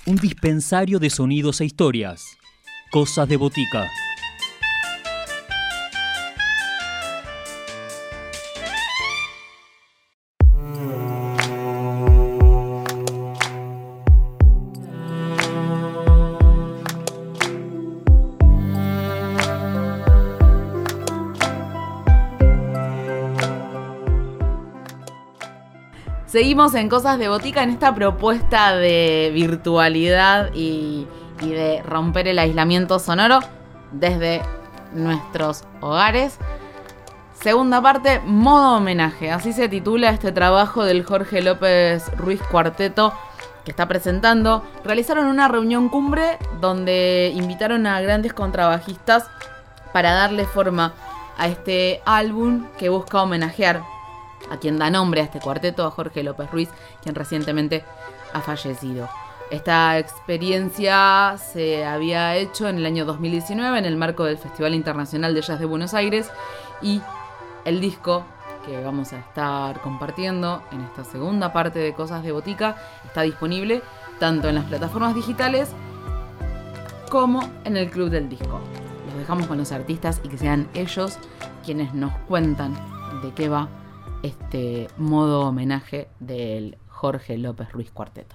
Un dispensario de sonidos e historias. Cosas de botica. Seguimos en Cosas de Botica en esta propuesta de virtualidad y de romper el aislamiento sonoro desde nuestros hogares. Segunda parte, modo homenaje. Así se titula este trabajo del Jorge López Ruiz Cuarteto que está presentando. Realizaron una reunión cumbre donde invitaron a grandes contrabajistas para darle forma a este álbum que busca homenajear a quien da nombre a este cuarteto, a Jorge López Ruiz, quien recientemente ha fallecido. Esta experiencia se había hecho en el año 2019 en el marco del Festival Internacional de Jazz de Buenos Aires, y el disco que vamos a estar compartiendo en esta segunda parte de Cosas de Botica está disponible tanto en las plataformas digitales como en el Club del Disco. Los dejamos con los artistas y que sean ellos quienes nos cuentan de qué va este modo homenaje del Jorge López Ruiz Cuarteto.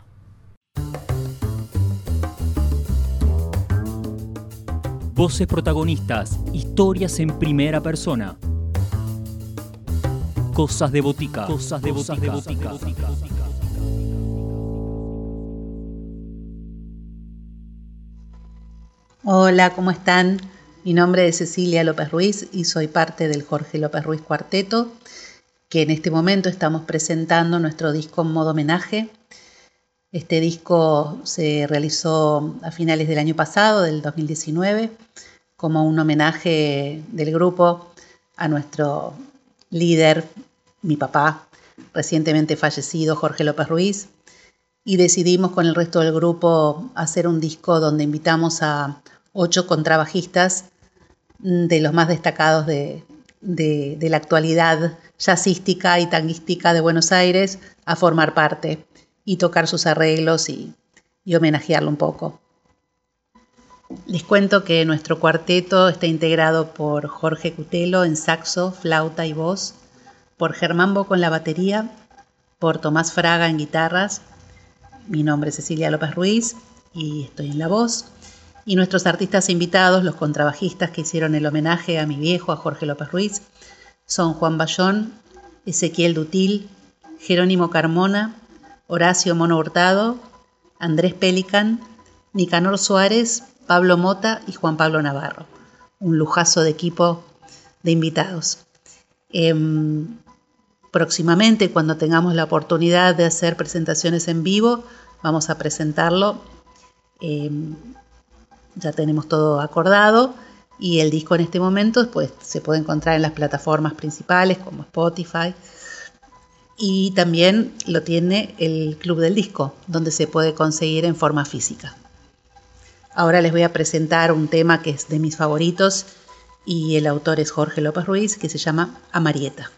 Voces protagonistas, historias en primera persona. Cosas de botica. Cosas de botica. Hola, ¿cómo están? Mi nombre es Cecilia López Ruiz y soy parte del Jorge López Ruiz Cuarteto, que en este momento estamos presentando nuestro disco en modo homenaje. Este disco se realizó a finales del año pasado, del 2019, como un homenaje del grupo a nuestro líder, mi papá, recientemente fallecido, Jorge López Ruiz, y decidimos con el resto del grupo hacer un disco donde invitamos a 8 contrabajistas de los más destacados de la actualidad jazzística y tanguística de Buenos Aires a formar parte y tocar sus arreglos y homenajearlo un poco. Les cuento que nuestro cuarteto está integrado por Jorge Cutelo en saxo, flauta y voz, por Germán Boco en la batería, por Tomás Fraga en guitarras. Mi nombre es Cecilia López Ruiz y estoy en la voz. Y nuestros artistas invitados, los contrabajistas que hicieron el homenaje a mi viejo, a Jorge López Ruiz, son Juan Bayón, Ezequiel Dutil, Jerónimo Carmona, Horacio Mono Hurtado, Andrés Pelican, Nicanor Suárez, Pablo Mota y Juan Pablo Navarro. Un lujazo de equipo de invitados. Próximamente, cuando tengamos la oportunidad de hacer presentaciones en vivo, vamos a presentarlo. Ya tenemos todo acordado y el disco en este momento pues, se puede encontrar en las plataformas principales como Spotify, y también lo tiene el Club del Disco, donde se puede conseguir en forma física. Ahora les voy a presentar un tema que es de mis favoritos y el autor es Jorge López Ruiz, que se llama Amarieta.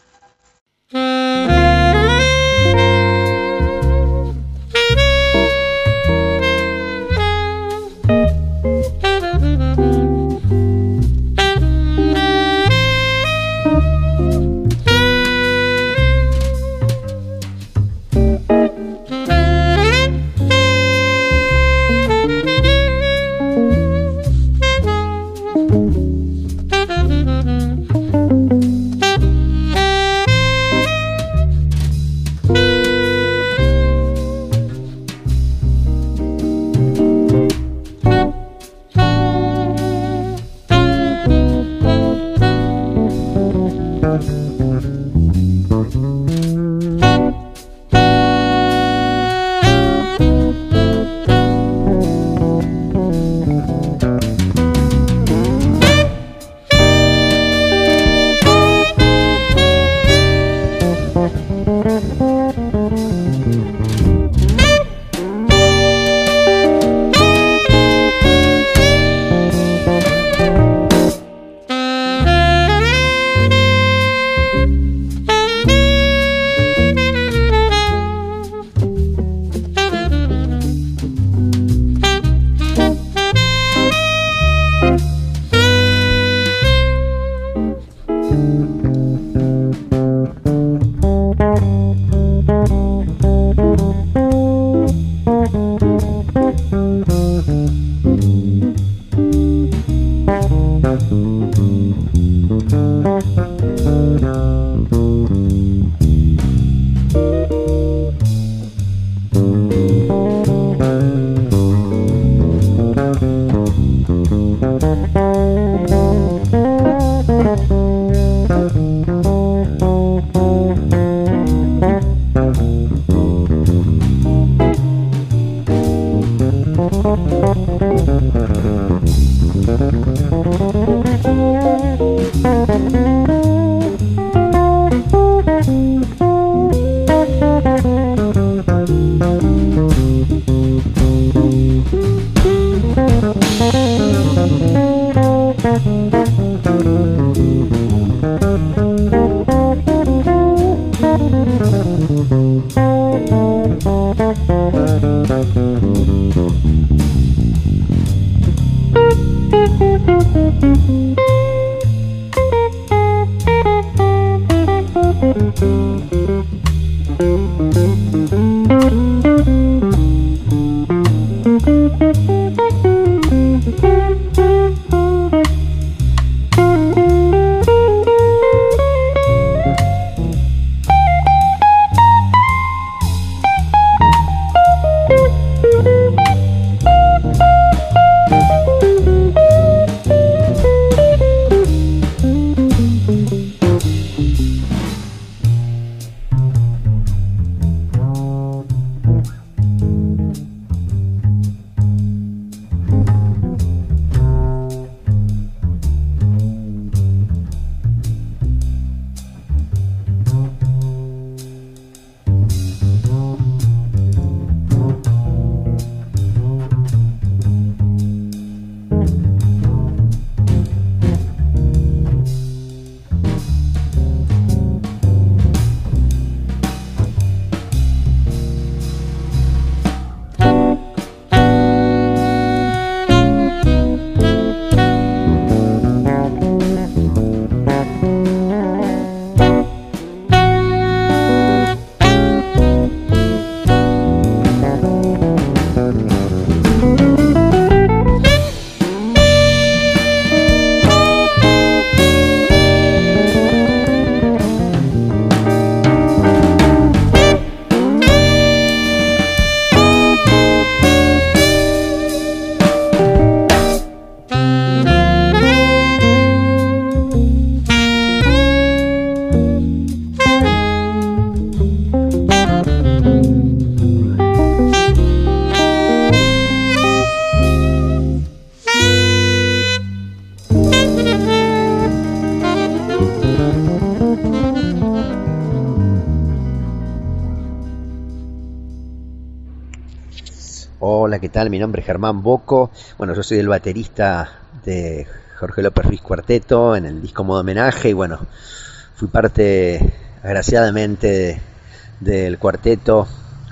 Hola, ¿qué tal? Mi nombre es Germán Bocco. Bueno, yo soy el baterista de Jorge López Ruiz Cuarteto en el disco Modo Homenaje y bueno, fui parte agraciadamente del cuarteto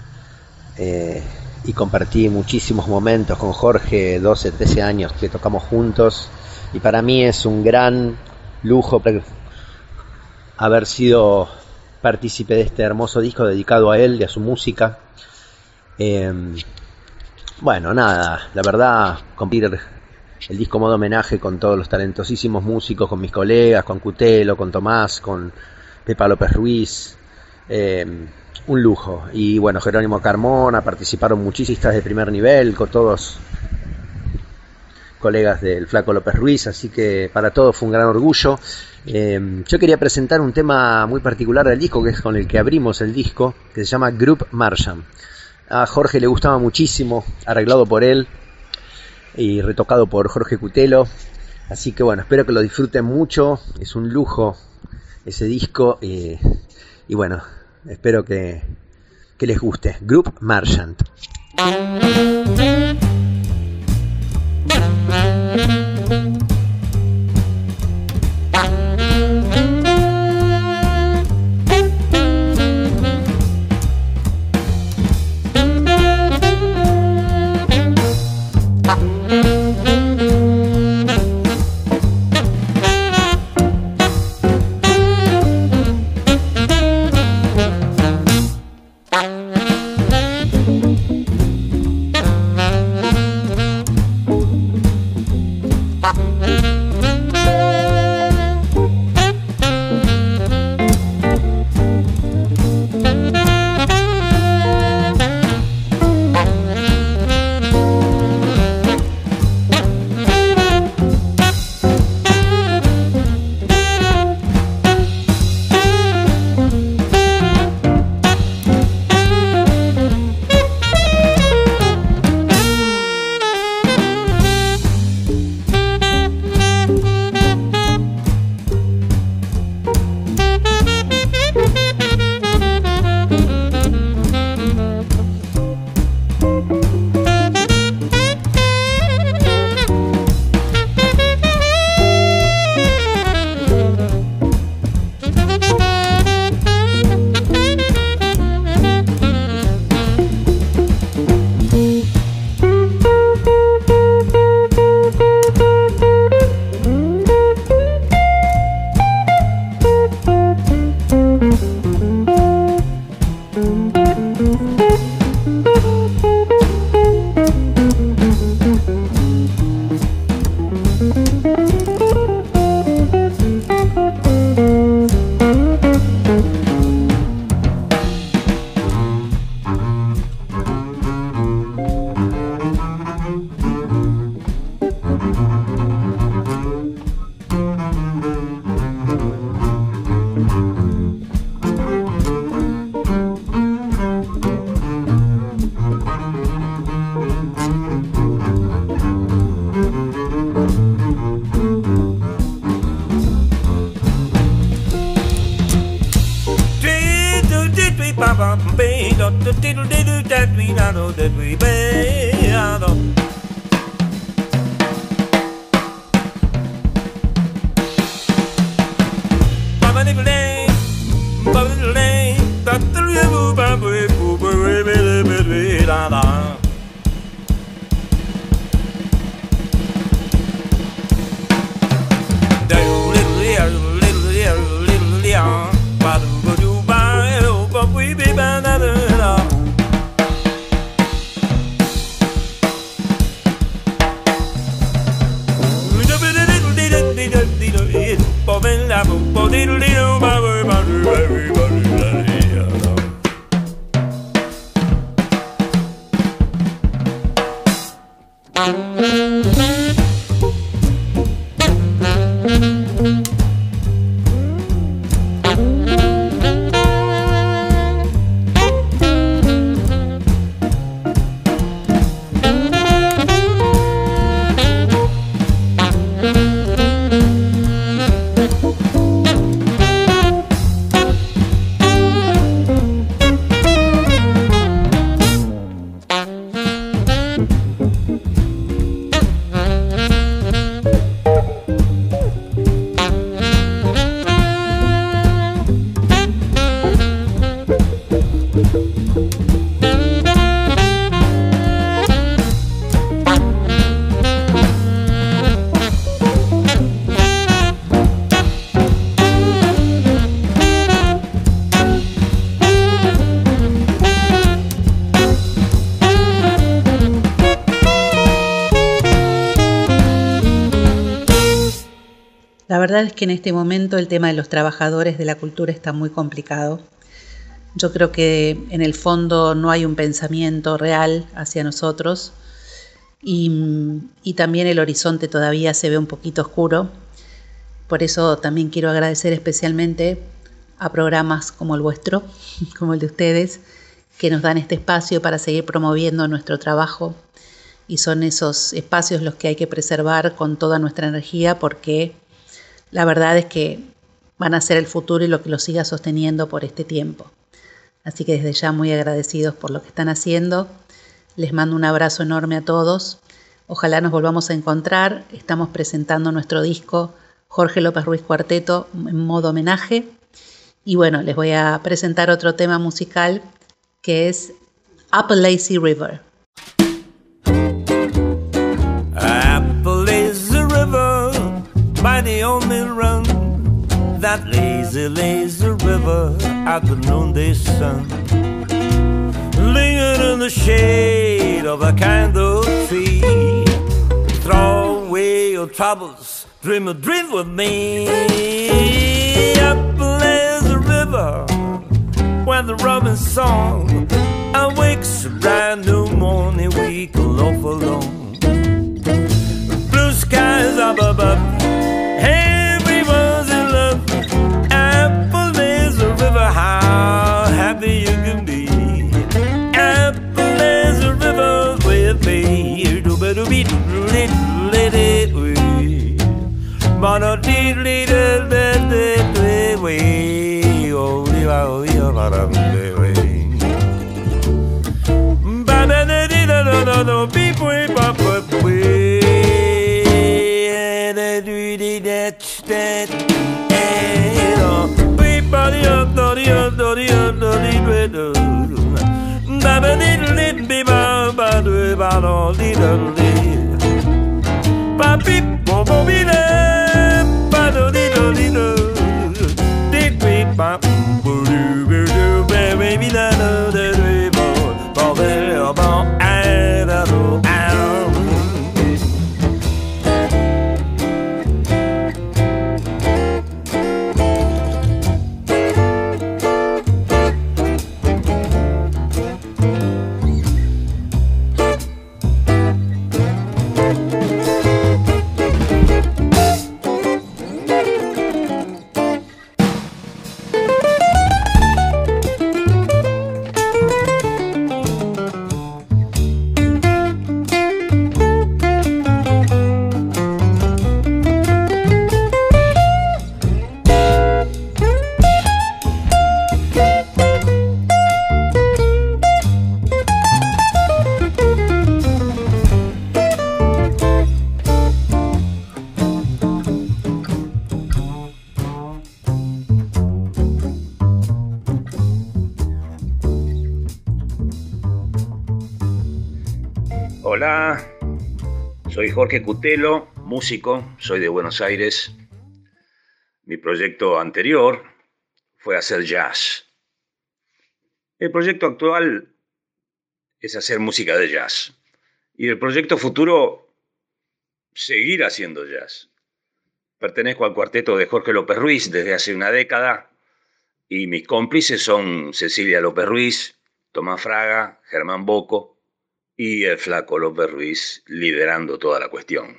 y compartí muchísimos momentos con Jorge, 12, 13 años que tocamos juntos y para mí es un gran lujo haber sido partícipe de este hermoso disco dedicado a él y a su música. Bueno, nada, la verdad, compartir el disco Modo Homenaje con todos los talentosísimos músicos, con mis colegas, con Cutelo, con Tomás, con Pepa López Ruiz, un lujo. Y bueno, Jerónimo Carmona, participaron muchísimas de primer nivel, con todos colegas del Flaco López Ruiz, así que para todos fue un gran orgullo. Yo quería presentar un tema muy particular del disco, que es con el que abrimos el disco, que se llama Group Marchand. A Jorge le gustaba muchísimo, arreglado por él y retocado por Jorge Cutelo, así que bueno, espero que lo disfruten mucho, es un lujo ese disco y bueno, espero que les guste. Group Marchand. Bye. La verdad es que en este momento el tema de los trabajadores de la cultura está muy complicado. Yo creo que en el fondo no hay un pensamiento real hacia nosotros y también el horizonte todavía se ve un poquito oscuro. Por eso también quiero agradecer especialmente a programas como el vuestro, como el de ustedes, que nos dan este espacio para seguir promoviendo nuestro trabajo. Y son esos espacios los que hay que preservar con toda nuestra energía, porque la verdad es que van a ser el futuro y lo que los siga sosteniendo por este tiempo. Así que desde ya muy agradecidos por lo que están haciendo. Les mando un abrazo enorme a todos. Ojalá nos volvamos a encontrar. Estamos presentando nuestro disco Jorge López Ruiz Cuarteto en modo homenaje. Y bueno, les voy a presentar otro tema musical que es Up a Lazy River. Up a lazy river by the old mill run, that lazy, lazy river at the noonday sun. Linger in the shade of a candle tree, throw away your troubles, dream a dream with me. Up a lazy river where the robin's song awakes a brand new morning, we can loaf alone. Blue skies up above, everyone's in love. Apple lazy river, how happy you can be. Apple lazy river with me. Do better be let it way. But did it way. Oh, way. No, beep way, pop up way. That beep body up, dotty up, dotty up, dotty red. Baba diddle be ba do ba do diddle. Papi bobo be there, ba do diddle diddle. Did we pop boo baby da da da bo bo bo. Hola, soy Jorge Cutelo, músico, soy de Buenos Aires. Mi proyecto anterior fue hacer jazz. El proyecto actual es hacer música de jazz. Y el proyecto futuro, seguir haciendo jazz. Pertenezco al cuarteto de Jorge López Ruiz desde hace una década y mis cómplices son Cecilia López Ruiz, Tomás Fraga, Germán Bocco y el Flaco López Ruiz liderando toda la cuestión.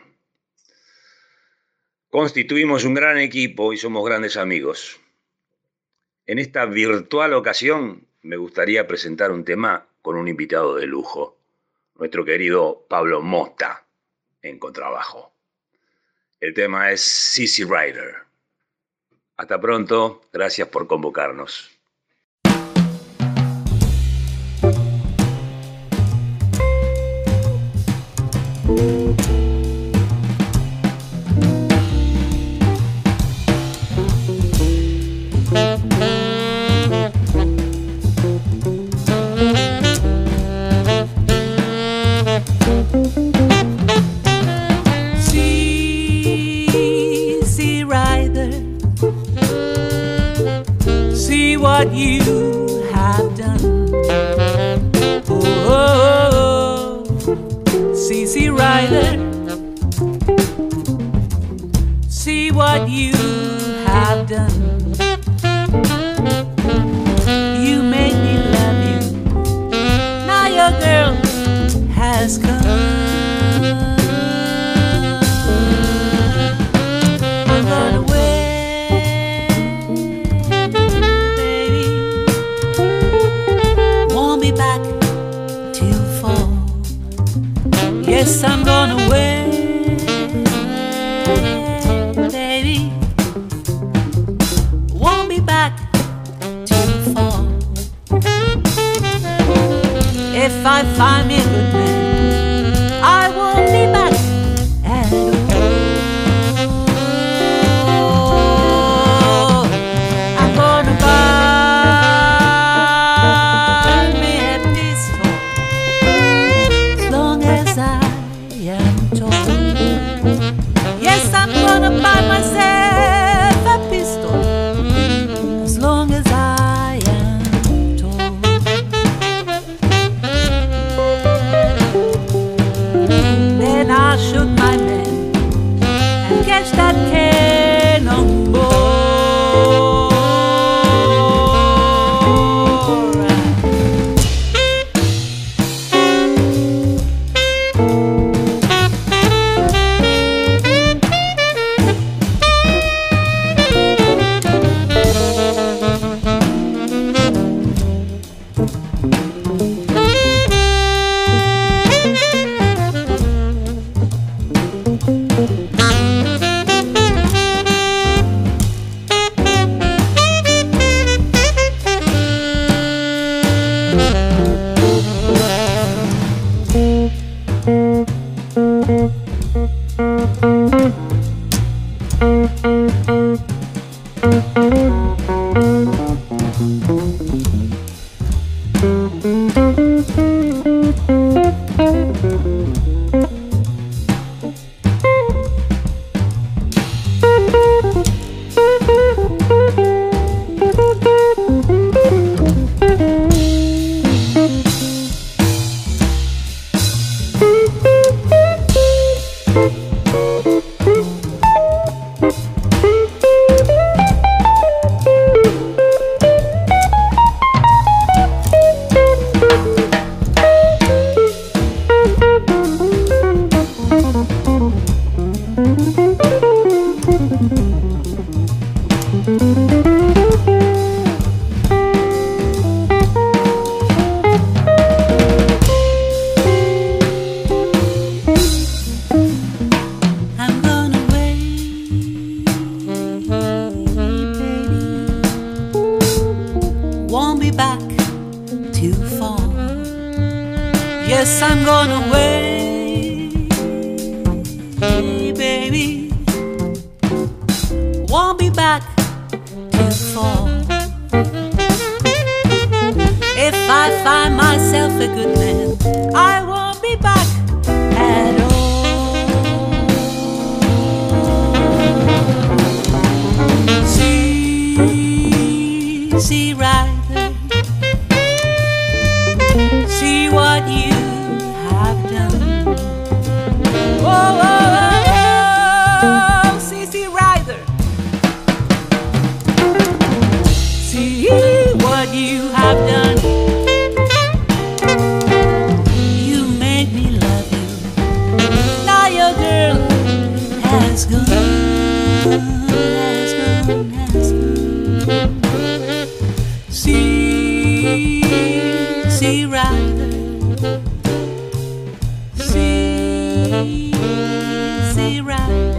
Constituimos un gran equipo y somos grandes amigos. En esta virtual ocasión me gustaría presentar un tema con un invitado de lujo, nuestro querido Pablo Mosta, en contrabajo. El tema es Sissy Rider. Hasta pronto, gracias por convocarnos. What you have done. Oh, Sissy Rider, see what you have done. You made me love you. Now your girl has come. I'm gonna wait. Yes, I'm gonna wait, baby. Won't be back till fall. If I find me a good man, I won't be back at all. I'm gonna buy me a pistol as long as I am told. Yes, I'm gonna buy myself a pistol as long as I am told. Then I'll shoot my man and catch that cannonball. Yes, I'm gonna wait, baby. Won't be back till fall. If I find myself a good man, I won't be back what you have done. Oh, CC Rider. See what you have done. You made me love you. Now your girl has gone. See Rider, see Rider,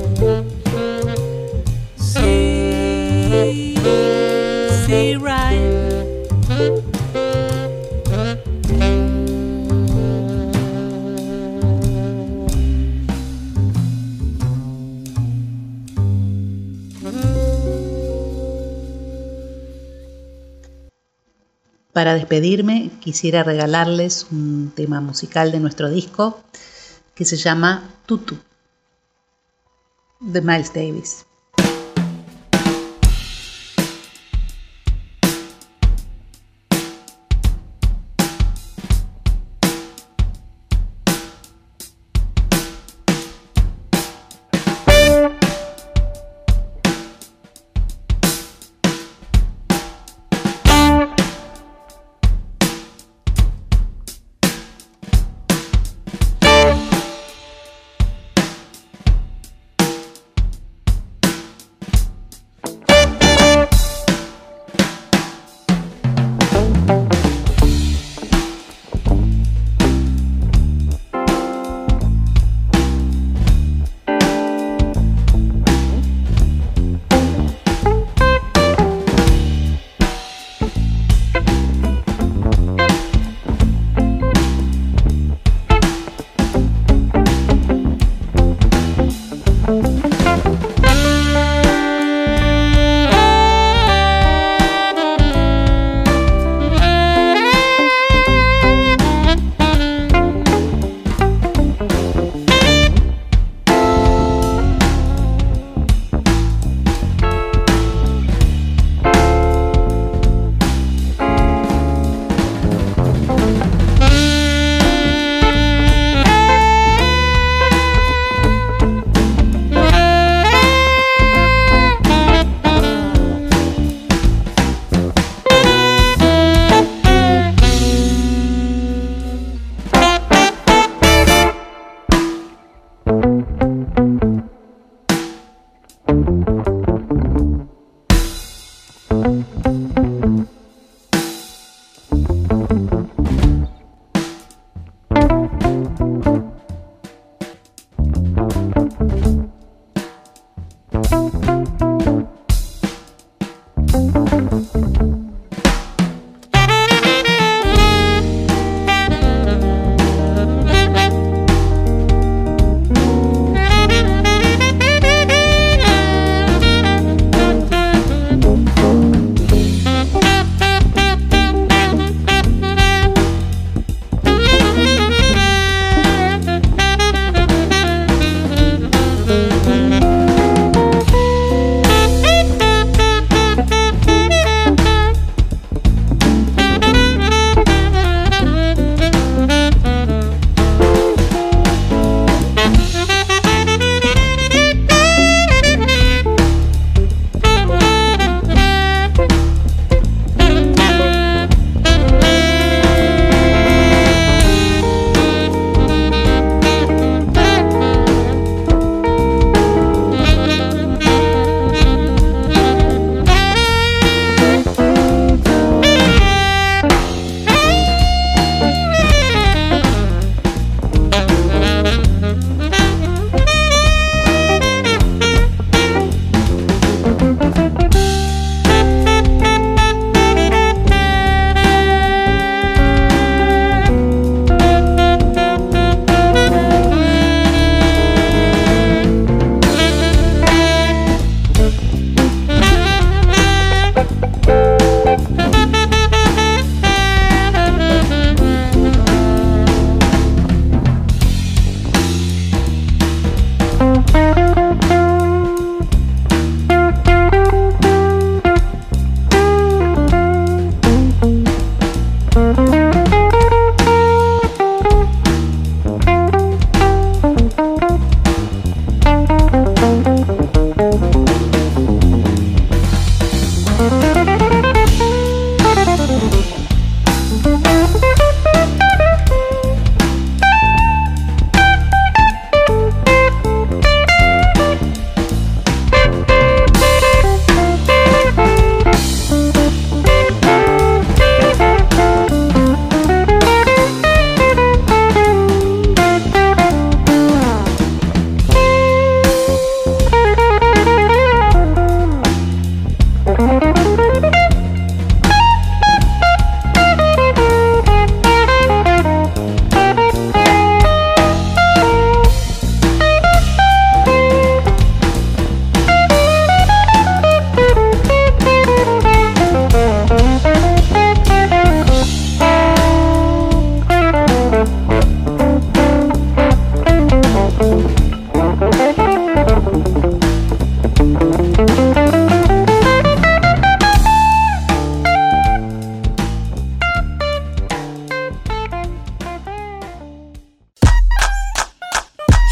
see Rider. Para despedirme, quisiera regalarles un tema musical de nuestro disco que se llama Tutu, de Miles Davis.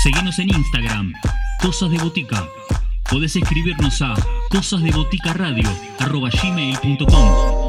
Seguinos en Instagram, Cosas de Botica. Podés escribirnos a cosasdeboticaradio@gmail.com.